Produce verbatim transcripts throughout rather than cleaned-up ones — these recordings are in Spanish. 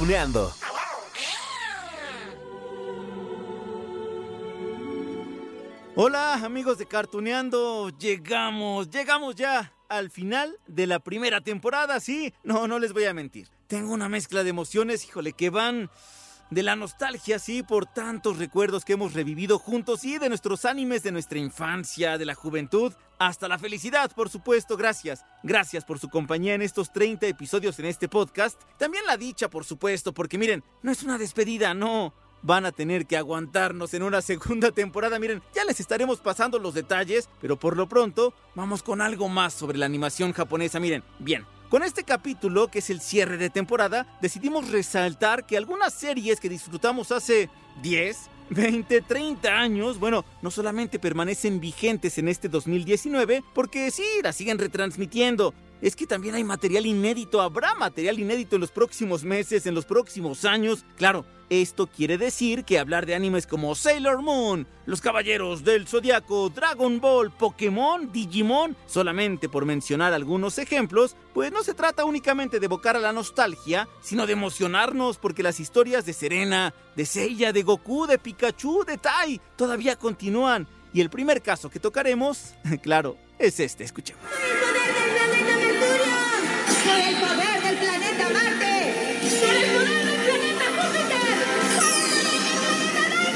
Cartooneando. Hola amigos de Cartooneando, llegamos, llegamos ya al final de la primera temporada, sí, no, no les voy a mentir. Tengo una mezcla de emociones, híjole, que van de la nostalgia, sí, por tantos recuerdos que hemos revivido juntos, sí, de nuestros animes, de nuestra infancia, de la juventud, hasta la felicidad, por supuesto, gracias. Gracias por su compañía en estos treinta episodios en este podcast. También la dicha, por supuesto, porque miren, no es una despedida, no. Van a tener que aguantarnos en una segunda temporada. Miren, ya les estaremos pasando los detalles, pero por lo pronto vamos con algo más sobre la animación japonesa. Miren, bien, con este capítulo, que es el cierre de temporada, decidimos resaltar que algunas series que disfrutamos hace diez, veinte, treinta años, bueno, no solamente permanecen vigentes en este dos mil diecinueve, porque sí, las siguen retransmitiendo. Es que también hay material inédito, habrá material inédito en los próximos meses, en los próximos años. Claro, esto quiere decir que hablar de animes como Sailor Moon, Los Caballeros del Zodiaco, Dragon Ball, Pokémon, Digimon, solamente por mencionar algunos ejemplos, pues no se trata únicamente de evocar a la nostalgia, sino de emocionarnos porque las historias de Serena, de Seiya, de Goku, de Pikachu, de Tai, todavía continúan. Y el primer caso que tocaremos, claro, es este, escuchemos. ¡Por el poder del planeta Marte! ¡Por el poder del planeta Júpiter! ¡Por el poder del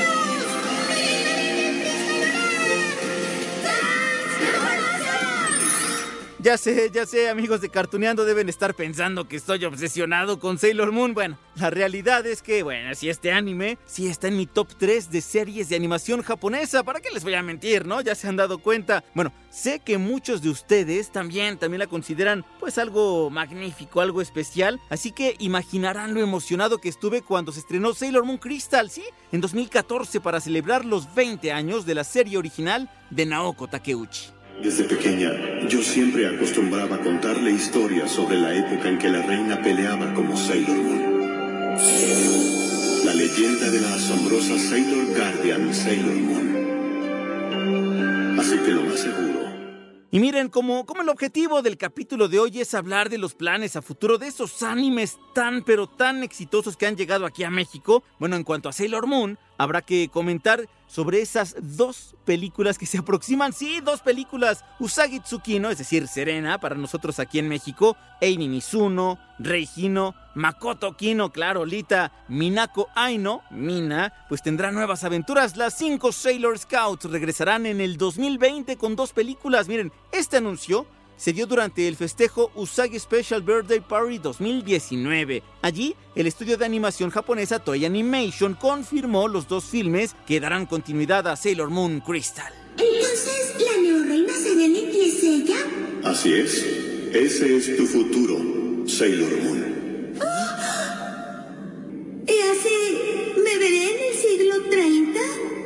planeta Venus! Ya sé, ya sé, amigos de Cartooneando deben estar pensando que estoy obsesionado con Sailor Moon. Bueno, la realidad es que, bueno, si este anime sí está en mi top tres de series de animación japonesa, ¿para qué les voy a mentir, no? Ya se han dado cuenta. Bueno, sé que muchos de ustedes también, también la consideran, pues, algo magnífico, algo especial. Así que imaginarán lo emocionado que estuve cuando se estrenó Sailor Moon Crystal, ¿sí? En dos mil catorce, para celebrar los veinte años de la serie original de Naoko Takeuchi. Desde pequeña, yo siempre acostumbraba a contarle historias sobre la época en que la reina peleaba como Sailor Moon. La leyenda de la asombrosa Sailor Guardian Sailor Moon. Así que lo más seguro... Y miren, como, como el objetivo del capítulo de hoy es hablar de los planes a futuro de esos animes tan pero tan exitosos que han llegado aquí a México, bueno, en cuanto a Sailor Moon, habrá que comentar sobre esas dos películas que se aproximan, sí, dos películas, Usagi Tsukino, es decir, Serena, para nosotros aquí en México, Eimi Mizuno, Rei Hino, Makoto Kino, claro, Lita, Minako Aino, Mina, pues tendrá nuevas aventuras. Las cinco Sailor Scouts regresarán en el dos mil veinte con dos películas. Miren, este anuncio se dio durante el festejo Usagi Special Birthday Party dos mil diecinueve. Allí, el estudio de animación japonesa Toei Animation confirmó los dos filmes que darán continuidad a Sailor Moon Crystal. Entonces, ¿la neorreina Serenity es ella? Así es. Ese es tu futuro, Sailor Moon. ¿Y así me veré en el siglo treinta?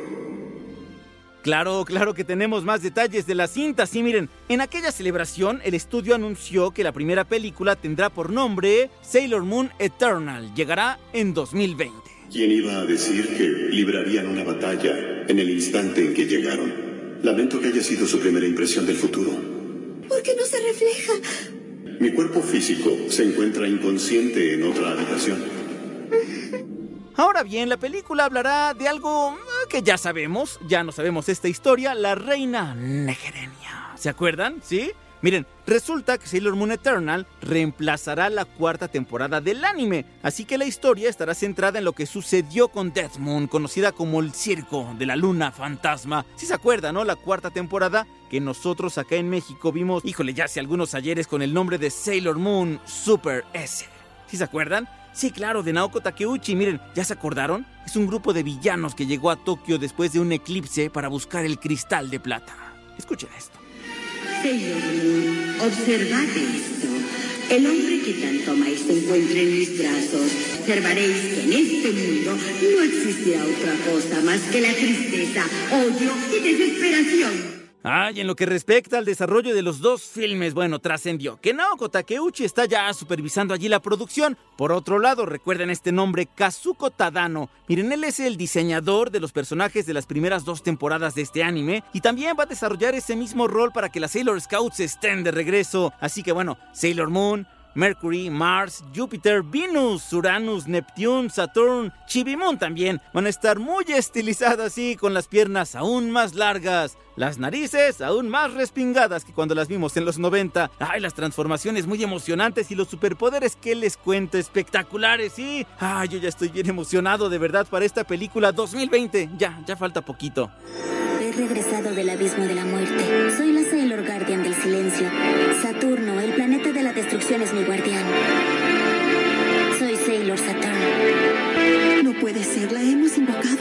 Claro, claro que tenemos más detalles de la cinta. Sí, miren, en aquella celebración el estudio anunció que la primera película tendrá por nombre Sailor Moon Eternal. Llegará en dos mil veinte. ¿Quién iba a decir que librarían una batalla en el instante en que llegaron? Lamento que haya sido su primera impresión del futuro. ¿Por qué no se refleja? Mi cuerpo físico se encuentra inconsciente en otra habitación. Ahora bien, la película hablará de algo que ya sabemos, ya no sabemos esta historia, la reina Negerenia. ¿Se acuerdan? ¿Sí? Miren, resulta que Sailor Moon Eternal reemplazará la cuarta temporada del anime, así que la historia estará centrada en lo que sucedió con Death Moon, conocida como el circo de la luna fantasma. ¿Sí se acuerdan, no? La cuarta temporada que nosotros acá en México vimos, híjole, ya hace algunos ayeres con el nombre de Sailor Moon Super S. ¿Sí se acuerdan? Sí, claro, de Naoko Takeuchi. Miren, ¿ya se acordaron? Es un grupo de villanos que llegó a Tokio después de un eclipse para buscar el cristal de plata. Escuchen esto. Sailor Moon, observad esto. El hombre que tanto amáis se encuentra en mis brazos. Observaréis que en este mundo no existirá otra cosa más que la tristeza, odio y desesperación. Ah, y en lo que respecta al desarrollo de los dos filmes, bueno, trascendió que Naoko Takeuchi está ya supervisando allí la producción. Por otro lado, recuerden este nombre, Kazuko Tadano. Miren, él es el diseñador de los personajes de las primeras dos temporadas de este anime y también va a desarrollar ese mismo rol para que las Sailor Scouts estén de regreso. Así que bueno, Sailor Moon, Mercury, Mars, Júpiter, Venus, Uranus, Neptune, Saturn, Chibimun también van a estar muy estilizadas y con las piernas aún más largas, las narices aún más respingadas que cuando las vimos en los noventa. Ay, las transformaciones muy emocionantes y los superpoderes que les cuento espectaculares y... Ay, yo ya estoy bien emocionado de verdad para esta película dos mil veinte. Ya, ya falta poquito. He regresado del abismo de la muerte. Soy la Sailor Guardian del silencio. Saturno, el planeta de la destrucción, es mi guardián. Soy Sailor Saturn. No puede ser, la hemos invocado.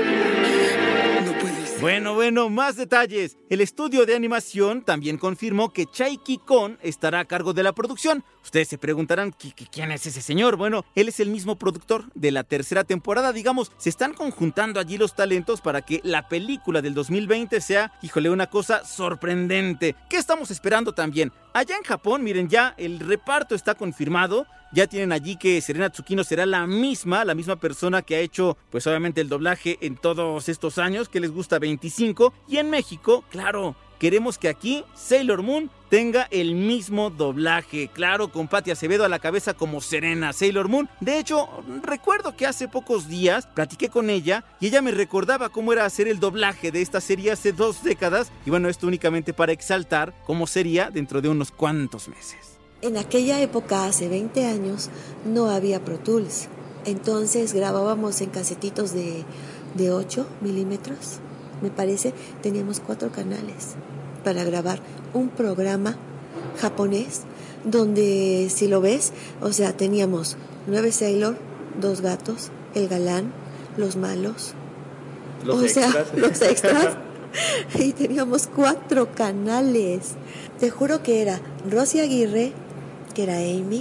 No puede ser. Bueno, bueno, más detalles. El estudio de animación también confirmó que Chaiki Kon estará a cargo de la producción. Ustedes se preguntarán, ¿quién es ese señor? Bueno, él es el mismo productor de la tercera temporada. Digamos, se están conjuntando allí los talentos para que la película del dos mil veinte sea, híjole, una cosa sorprendente. ¿Qué estamos esperando también? Allá en Japón, miren, ya el reparto está confirmado. Ya tienen allí que Serena Tsukino será la misma, la misma persona que ha hecho, pues obviamente, el doblaje en todos estos años, que les gusta veinticinco. Y en México, claro, queremos que aquí Sailor Moon tenga el mismo doblaje, claro, con Patti Acevedo a la cabeza como Serena Sailor Moon. De hecho, recuerdo que hace pocos días platiqué con ella y ella me recordaba cómo era hacer el doblaje de esta serie hace dos décadas. Y bueno, esto únicamente para exaltar cómo sería dentro de unos cuantos meses. En aquella época, hace veinte años, no había Pro Tools. Entonces grabábamos en casetitos de, de ocho milímetros, me parece. Teníamos cuatro canales para grabar un programa japonés donde, si lo ves, o sea, teníamos nueve Sailor, dos gatos, el galán, los malos, los o extras. sea, los extras. Y teníamos cuatro canales. Te juro que era Rosy Aguirre, que era Amy,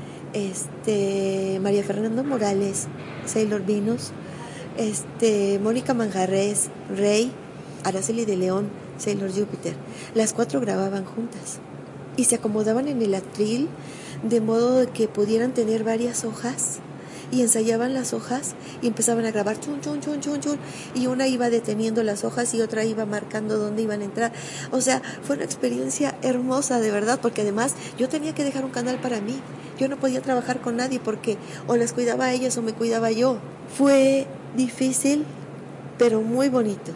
este, María Fernanda Morales, Sailor Venus, este, Mónica Manjarres, Rey, Araceli de León, Sailor Júpiter. Las cuatro grababan juntas y se acomodaban en el atril de modo de que pudieran tener varias hojas y ensayaban las hojas y empezaban a grabar chun, chun, chun, chun, chun, y una iba deteniendo las hojas y otra iba marcando dónde iban a entrar. O sea, fue una experiencia hermosa, de verdad, porque además yo tenía que dejar un canal para mí. Yo no podía trabajar con nadie porque o las cuidaba a ellas o me cuidaba yo. Fue difícil, pero muy bonito.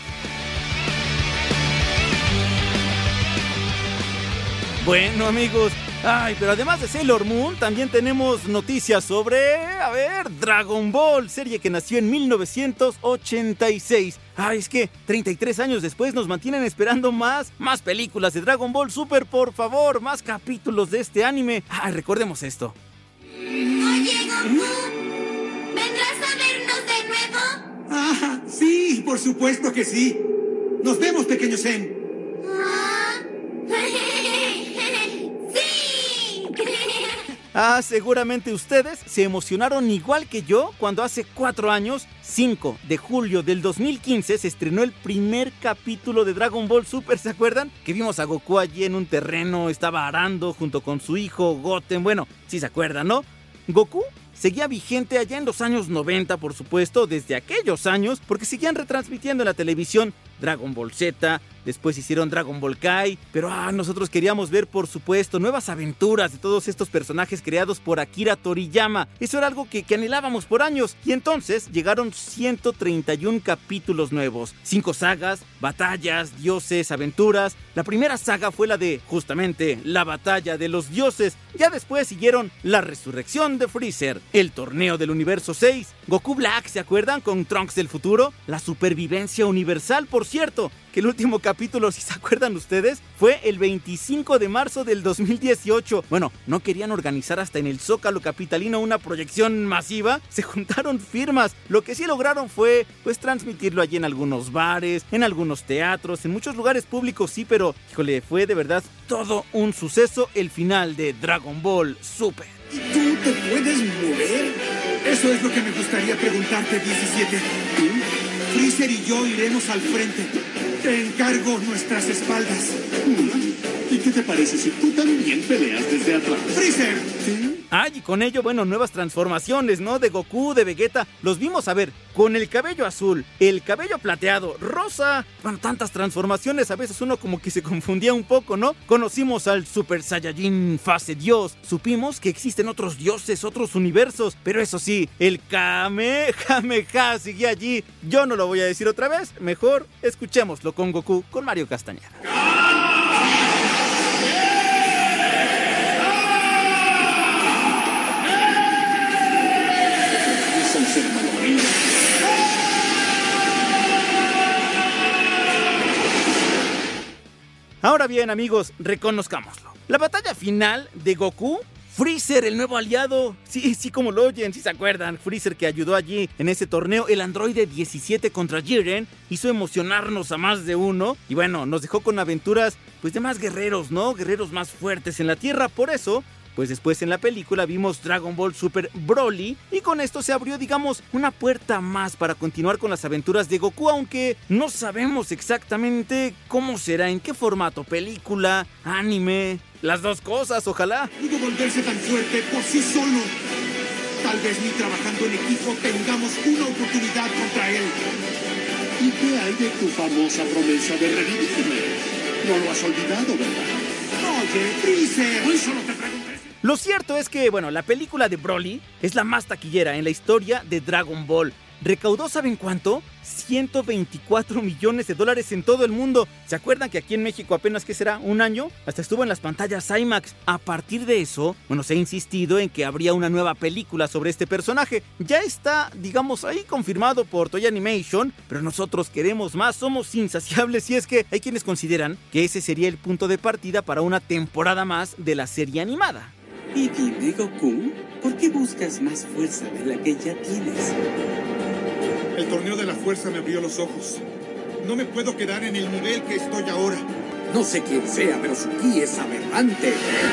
Bueno, amigos, ay, pero además de Sailor Moon, también tenemos noticias sobre, a ver, Dragon Ball, serie que nació en mil novecientos ochenta y seis. Ay, es que treinta y tres años después nos mantienen esperando más, más películas de Dragon Ball Super, por favor, más capítulos de este anime. Ay, recordemos esto. Oye, Goku, ¿vendrás a vernos de nuevo? Ah, sí, por supuesto que sí. Nos vemos, pequeño Zen. Ah. Ah, seguramente ustedes se emocionaron igual que yo cuando hace cuatro años, cinco de julio del dos mil quince, se estrenó el primer capítulo de Dragon Ball Super, ¿se acuerdan? Que vimos a Goku allí en un terreno, estaba arando junto con su hijo Goten, bueno, sí se acuerdan, ¿no? Goku seguía vigente allá en los años noventa, por supuesto, desde aquellos años, porque seguían retransmitiendo en la televisión Dragon Ball Z, después hicieron Dragon Ball Kai, pero ah, nosotros queríamos ver, por supuesto, nuevas aventuras de todos estos personajes creados por Akira Toriyama. Eso era algo que, que anhelábamos por años, y entonces llegaron ciento treinta y uno capítulos nuevos, cinco sagas, batallas, dioses, aventuras. La primera saga fue la de, justamente, la batalla de los dioses. Ya después siguieron la resurrección de Freezer, el torneo del universo seis, Goku Black, ¿se acuerdan? Con Trunks del futuro, la supervivencia universal, por cierto, que el último capítulo, si se acuerdan ustedes, fue el veinticinco de marzo del dos mil dieciocho. Bueno, no querían organizar hasta en el Zócalo capitalino una proyección masiva, se juntaron firmas. Lo que sí lograron fue, pues, transmitirlo allí en algunos bares, en algunos teatros, en muchos lugares públicos, sí, pero, híjole, fue de verdad todo un suceso el final de Dragon Ball Super. ¿Y tú te puedes mover? Eso es lo que me gustaría preguntarte, diecisiete. Freezer y yo iremos al frente. Te encargo nuestras espaldas. ¿Y ¿Qué te parece si tú también peleas desde atrás? ¡Freezer! ¿Sí? Ay, y con ello, bueno, nuevas transformaciones, ¿no? De Goku, de Vegeta. Los vimos, a ver, con el cabello azul, el cabello plateado, rosa. Bueno, tantas transformaciones, a veces uno como que se confundía un poco, ¿no? Conocimos al Super Saiyajin fase Dios. Supimos que existen otros dioses, otros universos. Pero eso sí, el Kamehameha sigue allí. Yo no lo voy a decir otra vez. Mejor escuchémoslo con Goku, con Mario Castañeda. Ahora bien, amigos, reconozcámoslo. La batalla final de Goku, Freezer, el nuevo aliado. Sí, sí, como lo oyen, si se acuerdan. Freezer, que ayudó allí en ese torneo, el androide diecisiete contra Jiren, hizo emocionarnos a más de uno. Y bueno, nos dejó con aventuras pues de más guerreros, ¿no? Guerreros más fuertes en la Tierra. Por eso, pues después en la película vimos Dragon Ball Super Broly, y con esto se abrió, digamos, una puerta más para continuar con las aventuras de Goku, aunque no sabemos exactamente cómo será, en qué formato, película, anime, las dos cosas, ojalá. Pudo volverse tan fuerte por sí solo. Tal vez ni trabajando en equipo tengamos una oportunidad contra él. ¿Y qué hay de tu famosa promesa de revivirme? No lo has olvidado, ¿verdad? Oye, Freezer, hoy solo te pregunté. Lo cierto es que, bueno, la película de Broly es la más taquillera en la historia de Dragon Ball. Recaudó, ¿saben cuánto? ciento veinticuatro millones de dólares en todo el mundo. ¿Se acuerdan que aquí en México apenas, ¿qué será? ¿Un año? Hasta estuvo en las pantallas IMAX. A partir de eso, bueno, se ha insistido en que habría una nueva película sobre este personaje. Ya está, digamos, ahí confirmado por Toei Animation, pero nosotros queremos más, somos insaciables, y es que hay quienes consideran que ese sería el punto de partida para una temporada más de la serie animada. Y dime, Goku, ¿por qué buscas más fuerza de la que ya tienes? El torneo de la fuerza me abrió los ojos. No me puedo quedar en el nivel que estoy ahora. No sé quién sea, pero su ki es aberrante.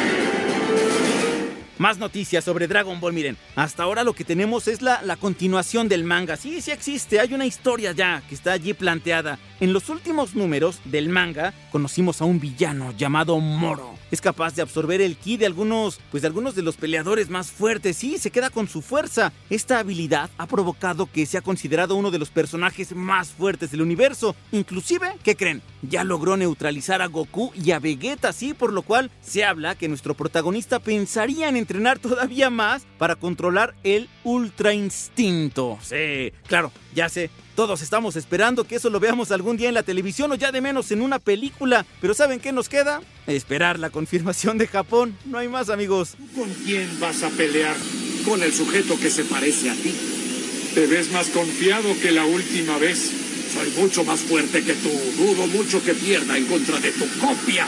Más noticias sobre Dragon Ball, miren, hasta ahora lo que tenemos es la, la continuación del manga. Sí, sí existe, hay una historia ya que está allí planteada. En los últimos números del manga conocimos a un villano llamado Moro. Es capaz de absorber el ki de algunos, pues de algunos de los peleadores más fuertes. Sí, se queda con su fuerza. Esta habilidad ha provocado que sea considerado uno de los personajes más fuertes del universo. Inclusive, ¿qué creen? Ya logró neutralizar a Goku y a Vegeta, sí, por lo cual se habla que nuestro protagonista pensaría en entrenar todavía más para controlar el Ultra Instinto. Sí, claro, ya sé. Todos estamos esperando que eso lo veamos algún día en la televisión o ya de menos en una película. Pero ¿saben qué nos queda? Esperar la confirmación de Japón. No hay más, amigos. ¿Con quién vas a pelear? Con el sujeto que se parece a ti. Te ves más confiado que la última vez. Soy mucho más fuerte que tú. Dudo mucho que pierda en contra de tu copia.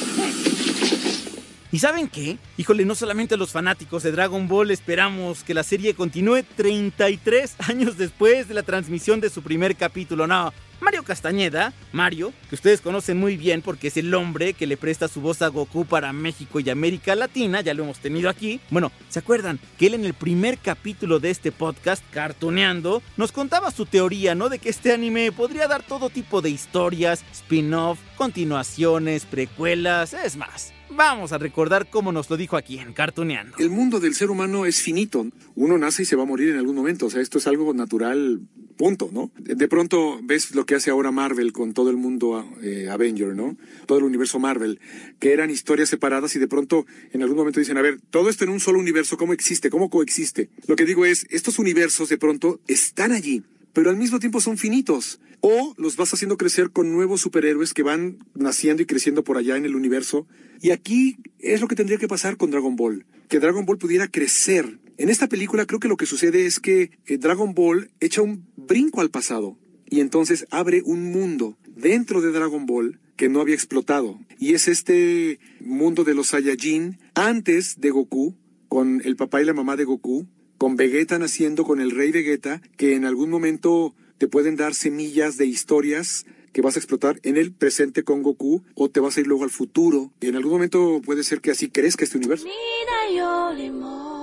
¿Y saben qué? Híjole, no solamente los fanáticos de Dragon Ball esperamos que la serie continúe treinta y tres años después de la transmisión de su primer capítulo. No, Mario Castañeda, Mario, que ustedes conocen muy bien porque es el hombre que le presta su voz a Goku para México y América Latina, ya lo hemos tenido aquí. Bueno, ¿se acuerdan que él en el primer capítulo de este podcast, Cartuneando, nos contaba su teoría, ¿no? De que este anime podría dar todo tipo de historias, spin-off, continuaciones, precuelas, es más. Vamos a recordar cómo nos lo dijo aquí en Cartuneando. El mundo del ser humano es finito. Uno nace y se va a morir en algún momento. O sea, esto es algo natural, punto, ¿no? De pronto ves lo que hace ahora Marvel con todo el mundo eh, Avenger, ¿no? Todo el universo Marvel, que eran historias separadas y de pronto en algún momento dicen, a ver, todo esto en un solo universo, ¿cómo existe? ¿Cómo coexiste? Lo que digo es, estos universos de pronto están allí, pero al mismo tiempo son finitos. O los vas haciendo crecer con nuevos superhéroes que van naciendo y creciendo por allá en el universo. Y aquí es lo que tendría que pasar con Dragon Ball. Que Dragon Ball pudiera crecer. En esta película creo que lo que sucede es que eh, Dragon Ball echa un brinco al pasado. Y entonces abre un mundo dentro de Dragon Ball que no había explotado. Y es este mundo de los Saiyajin antes de Goku, con el papá y la mamá de Goku, con Vegeta naciendo, con el rey Vegeta, que en algún momento te pueden dar semillas de historias que vas a explotar en el presente con Goku, o te vas a ir luego al futuro. En algún momento puede ser que así crezca este universo.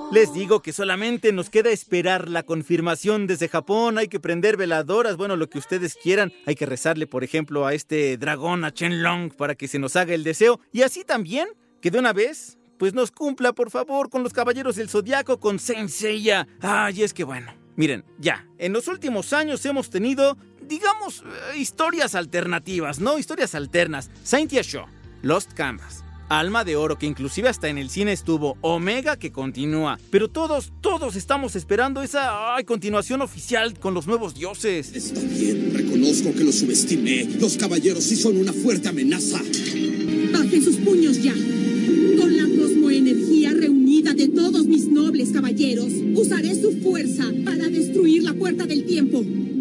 Les digo que solamente nos queda esperar la confirmación desde Japón. Hay que prender veladoras, bueno, lo que ustedes quieran. Hay que rezarle, por ejemplo, a este dragón, a Shenlong, para que se nos haga el deseo. Y así también, que de una vez, pues nos cumpla, por favor, con los Caballeros del Zodiaco, con Saint Seiya. Ay, es que bueno, miren, ya, en los últimos años hemos tenido, digamos, historias alternativas, ¿no? Historias alternas. Saint Show, Lost Canvas, Alma de Oro, que inclusive hasta en el cine estuvo, Omega, que continúa. Pero todos, todos estamos esperando esa ay, continuación oficial con los nuevos dioses. Está bien, reconozco que los subestimé. Los caballeros sí son una fuerte amenaza. Bajen sus puños ya. Con la cosmoenergía reunida de todos mis nobles caballeros, usaré su fuerza para destruir la puerta del tiempo.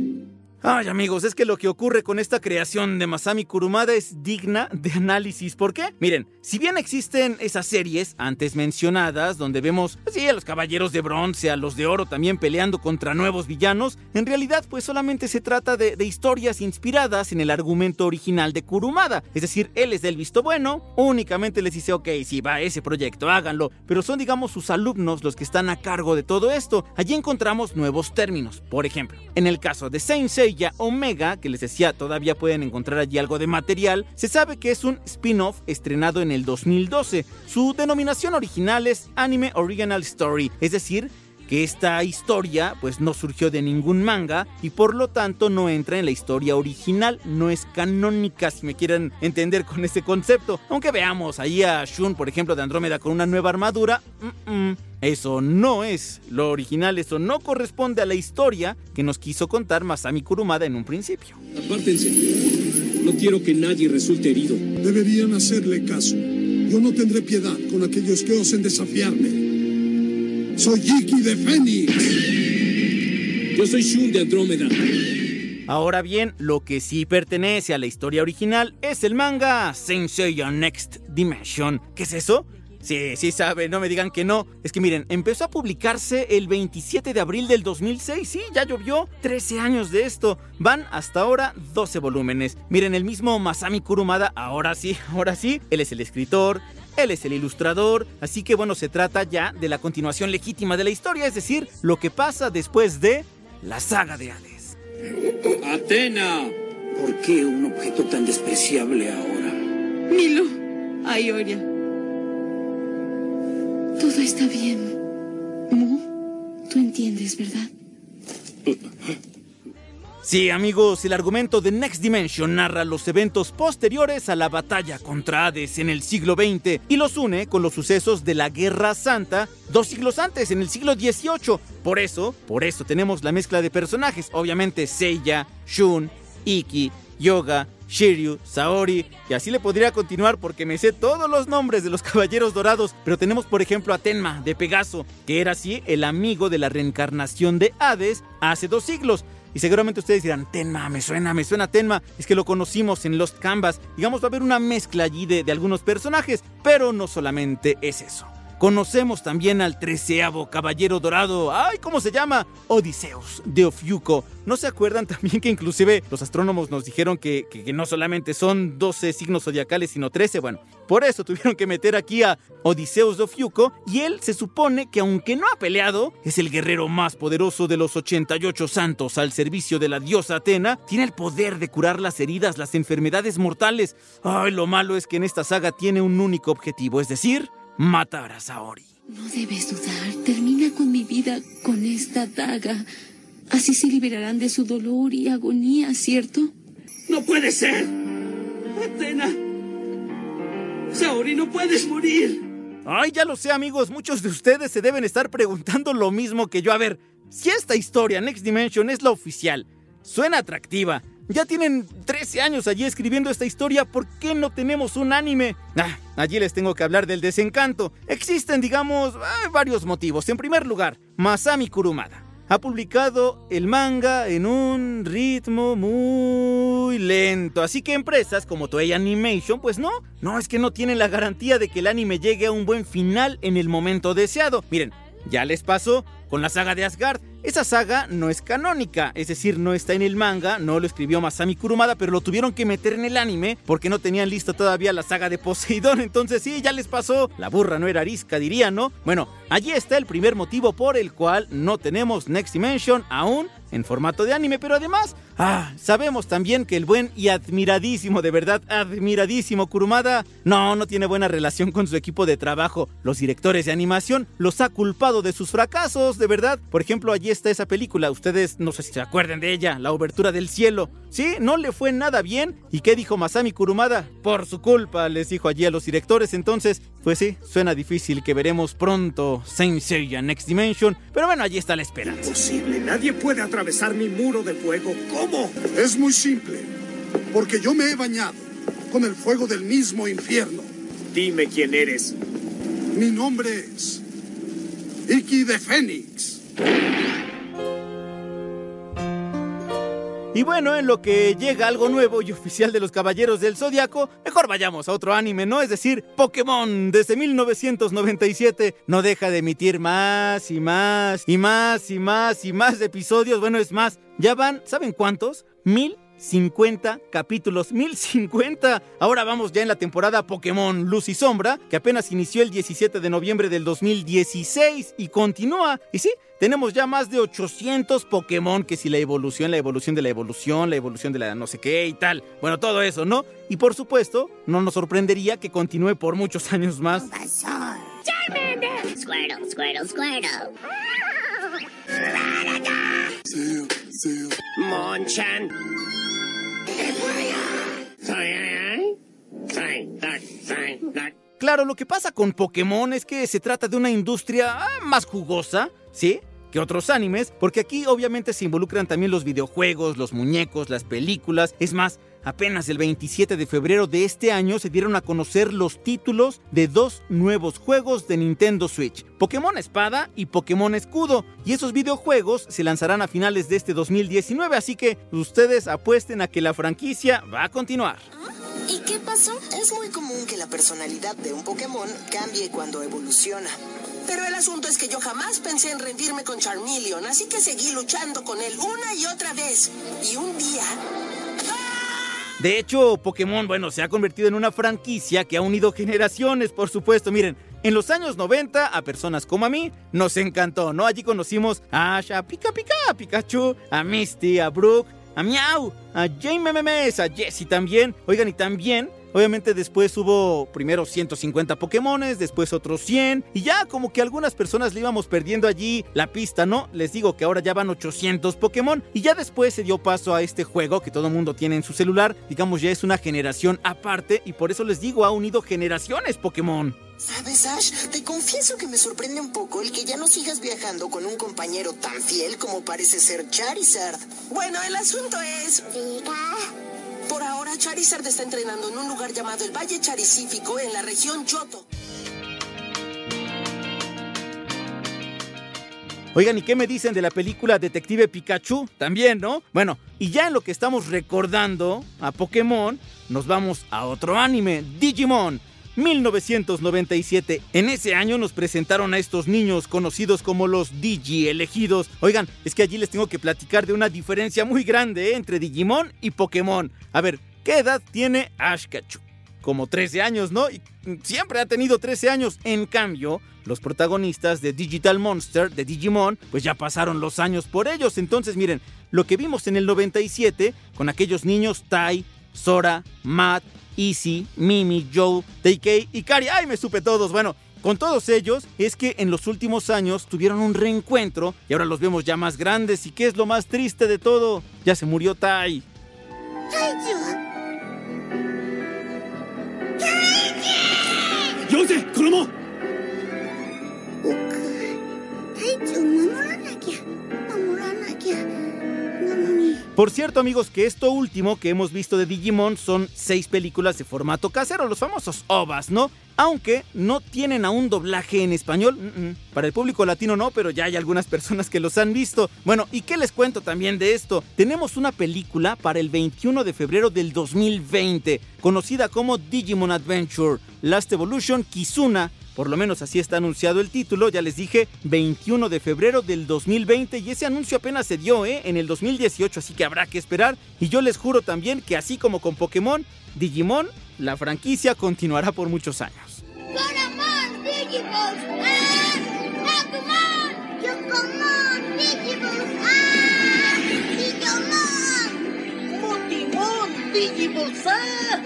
Ay, amigos, es que lo que ocurre con esta creación de Masami Kurumada es digna de análisis. ¿Por qué? Miren, si bien existen esas series antes mencionadas, donde vemos sí, a los caballeros de bronce, a los de oro también peleando contra nuevos villanos, en realidad pues solamente se trata de, de historias inspiradas en el argumento original de Kurumada. Es decir, él les da el visto bueno, únicamente les dice, ok, si va a ese proyecto, háganlo, pero son digamos sus alumnos los que están a cargo de todo esto. Allí encontramos nuevos términos. Por ejemplo, en el caso de Saint Seiya Omega, que les decía, todavía pueden encontrar allí algo de material, se sabe que es un spin-off estrenado en el dos mil doce. Su denominación original es Anime Original Story, es decir, que esta historia pues no surgió de ningún manga y por lo tanto no entra en la historia original, no es canónica si me quieren entender con ese concepto. Aunque veamos ahí a Shun, por ejemplo, de Andrómeda con una nueva armadura, mm-mm, eso no es lo original, eso no corresponde a la historia que nos quiso contar Masami Kurumada en un principio. Apártense, no quiero que nadie resulte herido. Deberían hacerle caso. Yo no tendré piedad con aquellos que osen desafiarme. Soy Iki de Fénix. Yo soy Shun de Andrómeda. Ahora bien, lo que sí pertenece a la historia original es el manga Saint Seiya Next Dimension. ¿Qué es eso? Sí, sí saben, no me digan que no. Es que miren, empezó a publicarse el veintisiete de abril del dos mil seis. Sí, ya llovió. trece años de esto. Van hasta ahora doce volúmenes. Miren, el mismo Masami Kurumada, ahora sí, ahora sí, él es el escritor, él es el ilustrador, así que bueno, se trata ya de la continuación legítima de la historia, es decir, lo que pasa después de la saga de Hades. ¡Atena! ¿Por qué un objeto tan despreciable ahora? Milo, Aioria. Todo está bien. Mu, tú entiendes, ¿verdad? Sí, amigos, el argumento de Next Dimension narra los eventos posteriores a la batalla contra Hades en el siglo veinte y los une con los sucesos de la Guerra Santa dos siglos antes, en el siglo dieciocho. Por eso, por eso tenemos la mezcla de personajes, obviamente Seiya, Shun, Iki, Yoga, Shiryu, Saori, y así le podría continuar porque me sé todos los nombres de los Caballeros Dorados, pero tenemos por ejemplo a Tenma de Pegaso, que era así el amigo de la reencarnación de Hades hace dos siglos. Y seguramente ustedes dirán, Tenma, me suena, me suena Tenma. Es que lo conocimos en Lost Canvas. Digamos, va a haber una mezcla allí de, de algunos personajes, pero no solamente es eso. Conocemos también al treceavo Caballero Dorado. ¡Ay, cómo se llama! Odiseus de Ofiuco. ¿No se acuerdan también que inclusive los astrónomos nos dijeron que, que, que no solamente son doce signos zodiacales, sino trece? Bueno, por eso tuvieron que meter aquí a Odiseus de Ofiuco. Y él se supone que aunque no ha peleado, es el guerrero más poderoso de los ochenta y ocho santos al servicio de la diosa Atena. Tiene el poder de curar las heridas, las enfermedades mortales. ¡Ay, lo malo es que en esta saga tiene un único objetivo, es decir, matar a Saori! No debes dudar. Termina con mi vida con esta daga. Así se liberarán de su dolor y agonía, ¿cierto? ¡No puede ser! ¡Atena! ¡Saori, no puedes morir! Ay, ya lo sé, amigos. Muchos de ustedes se deben estar preguntando lo mismo que yo. A ver, si esta historia, Next Dimension, es la oficial, suena atractiva, ya tienen trece años allí escribiendo esta historia, ¿por qué no tenemos un anime? Ah, allí les tengo que hablar del desencanto. Existen, digamos, varios motivos. En primer lugar, Masami Kurumada ha publicado el manga en un ritmo muy lento, así que empresas como Toei Animation, pues no, no es que no tienen la garantía de que el anime llegue a un buen final en el momento deseado. Miren, ya les pasó con la saga de Asgard, esa saga no es canónica, es decir, no está en el manga, no lo escribió Masami Kurumada, pero lo tuvieron que meter en el anime porque no tenían lista todavía la saga de Poseidón. Entonces sí, ya les pasó, la burra no era arisca, diría, ¿no? Bueno, allí está el primer motivo por el cual no tenemos Next Dimension aún en formato de anime, pero además, ah, sabemos también que el buen y admiradísimo, de verdad, admiradísimo Kurumada, no, no tiene buena relación con su equipo de trabajo. Los directores de animación los ha culpado de sus fracasos, de verdad. Por ejemplo, allí está esa película, ustedes no sé si se acuerdan de ella, La Obertura del Cielo. Sí, no le fue nada bien. ¿Y qué dijo Masami Kurumada? Por su culpa, les dijo allí a los directores. Entonces, pues sí, suena difícil que veremos pronto Saint Seiya Next Dimension, pero bueno, allí está la esperanza. Imposible, nadie puede atravesar mi muro de fuego. ¿Cómo? Es muy simple, porque yo me he bañado con el fuego del mismo infierno. Dime quién eres. Mi nombre es Iki de Fénix. Y bueno, en lo que llega algo nuevo y oficial de los Caballeros del Zodiaco, mejor vayamos a otro anime, ¿no? Es decir, Pokémon, desde mil novecientos noventa y siete, no deja de emitir más y más y más y más y más episodios. Bueno, es más, ya van, ¿saben cuántos? Mil cincuenta capítulos, mil cincuenta. Ahora vamos ya en la temporada Pokémon Luz y Sombra, que apenas inició el diecisiete de noviembre del dos mil dieciséis y continúa. Y sí, tenemos ya más de ochocientos Pokémon, que si la evolución, la evolución de la evolución, la evolución de la no sé qué y tal. Bueno, todo eso, ¿no? Y por supuesto, no nos sorprendería que continúe por muchos años más. Charmander. Squirtle, Squirtle, Squirtle. Seo, Seo. Monchan. Claro, lo que pasa con Pokémon es que se trata de una industria ah, más jugosa, ¿sí?, que otros animes, porque aquí obviamente se involucran también los videojuegos, los muñecos, las películas. Es más, apenas el veintisiete de febrero de este año se dieron a conocer los títulos de dos nuevos juegos de Nintendo Switch, Pokémon Espada y Pokémon Escudo, y esos videojuegos se lanzarán a finales de este dos mil diecinueve, así que ustedes apuesten a que la franquicia va a continuar. ¿Y qué pasó? Es muy común que la personalidad de un Pokémon cambie cuando evoluciona. Pero el asunto es que yo jamás pensé en rendirme con Charmeleon, así que seguí luchando con él una y otra vez. Y un día... De hecho, Pokémon, bueno, se ha convertido en una franquicia que ha unido generaciones, por supuesto. Miren, en los años noventa, a personas como a mí, nos encantó, ¿no? Allí conocimos a Ash, a Pika Pika, a Pikachu, a Misty, a Brooke, a Meow, a Jane M M S, a Jessie también. Oigan, y también... obviamente después hubo primero ciento cincuenta Pokémones, después otros cien, y ya como que algunas personas le íbamos perdiendo allí la pista, ¿no? Les digo que ahora ya van ochocientos Pokémon, y ya después se dio paso a este juego que todo mundo tiene en su celular. Digamos, ya es una generación aparte, y por eso les digo, ha unido generaciones Pokémon. ¿Sabes, Ash? Te confieso que me sorprende un poco el que ya no sigas viajando con un compañero tan fiel como parece ser Charizard. Bueno, el asunto es... Por ahora, Charizard está entrenando en un lugar llamado el Valle Charizífico en la región Johto. Oigan, ¿y qué me dicen de la película Detective Pikachu? También, ¿no? Bueno, y ya en lo que estamos recordando a Pokémon, nos vamos a otro anime, Digimon. mil novecientos noventa y siete. En ese año nos presentaron a estos niños conocidos como los Digi elegidos. Oigan, es que allí les tengo que platicar de una diferencia muy grande, ¿eh?, entre Digimon y Pokémon. A ver, ¿qué edad tiene Ash Ketchum? Como trece años, ¿no? Y siempre ha tenido trece años. En cambio, los protagonistas de Digital Monster, de Digimon, pues ya pasaron los años por ellos. Entonces, miren, lo que vimos en el noventa y siete, con aquellos niños Tai, Sora, Matt, Easy, Mimi, Joe, T K y Kari. ¡Ay, me supe todos! Bueno, con todos ellos es que en los últimos años tuvieron un reencuentro y ahora los vemos ya más grandes. ¿Y qué es lo más triste de todo? Ya se murió Tai. ¡Yose! ¡Colomo! Por cierto, amigos, que esto último que hemos visto de Digimon son seis películas de formato casero, los famosos O V As, ¿no? Aunque no tienen aún doblaje en español. Mm-mm. Para el público latino no, pero ya hay algunas personas que los han visto. Bueno, ¿y qué les cuento también de esto? Tenemos una película para el veintiuno de febrero del dos mil veinte, conocida como Digimon Adventure Last Evolution Kizuna por lo menos así está anunciado el título, ya les dije, veintiuno de febrero del dos mil veinte, y ese anuncio apenas se dio, ¿eh? En el dos mil dieciocho, así que habrá que esperar. Y yo les juro también que así como con Pokémon, Digimon, la franquicia continuará por muchos años. ¡Coramon, Digivolts! ¡Ah! ¡Agumon! ¡Yokomon, Digivolts! ¡Ah! ¡Digimon! ¡Motimon, Digivolts! ¡Ah!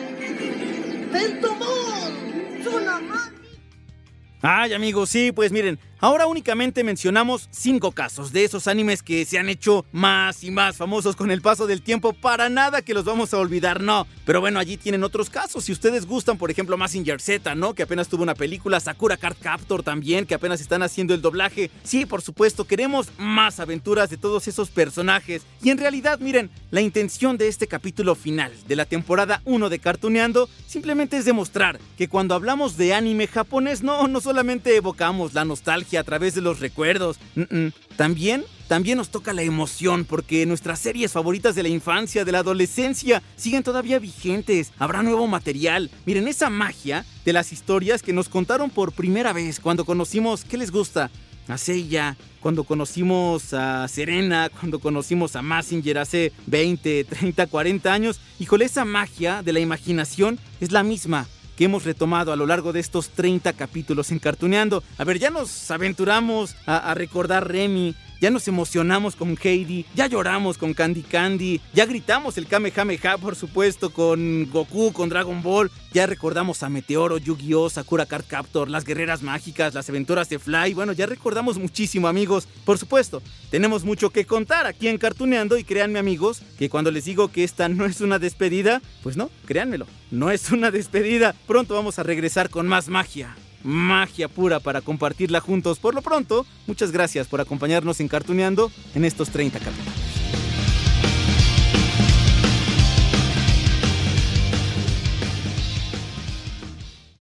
¡Ventomon! ¡Tsunamon! Ay, amigos, sí, pues miren, ahora únicamente mencionamos cinco casos de esos animes que se han hecho más y más famosos con el paso del tiempo. Para nada que los vamos a olvidar, no. Pero bueno, allí tienen otros casos. Si ustedes gustan, por ejemplo, Mazinger Z, ¿no? Que apenas tuvo una película. Sakura Card Captor también, que apenas están haciendo el doblaje. Sí, por supuesto, queremos más aventuras de todos esos personajes. Y en realidad, miren, la intención de este capítulo final de la temporada uno de Cartooneando simplemente es demostrar que cuando hablamos de anime japonés, no, no solamente evocamos la nostalgia a través de los recuerdos. Mm-mm. También, también nos toca la emoción, porque nuestras series favoritas de la infancia, de la adolescencia, siguen todavía vigentes. Habrá nuevo material. Miren, esa magia de las historias que nos contaron por primera vez cuando conocimos, ¿qué les gusta? A Seiya, cuando conocimos a Serena, cuando conocimos a Mazinger hace veinte, treinta, cuarenta años. Híjole, esa magia de la imaginación es la misma que hemos retomado a lo largo de estos treinta capítulos en Cartooneando. A ver, ya nos aventuramos a, a recordar Remy, ya nos emocionamos con Heidi, ya lloramos con Candy Candy, ya gritamos el Kamehameha, por supuesto, con Goku, con Dragon Ball, ya recordamos a Meteoro, Yu-Gi-Oh, Sakura Card Captor, las guerreras mágicas, las aventuras de Fly. Bueno, ya recordamos muchísimo, amigos. Por supuesto, tenemos mucho que contar aquí en Cartooneando, y créanme, amigos, que cuando les digo que esta no es una despedida, pues no, créanmelo, no es una despedida. Pronto vamos a regresar con más magia. Magia pura para compartirla juntos. Por lo pronto, muchas gracias por acompañarnos en Cartooneando en estos treinta capítulos.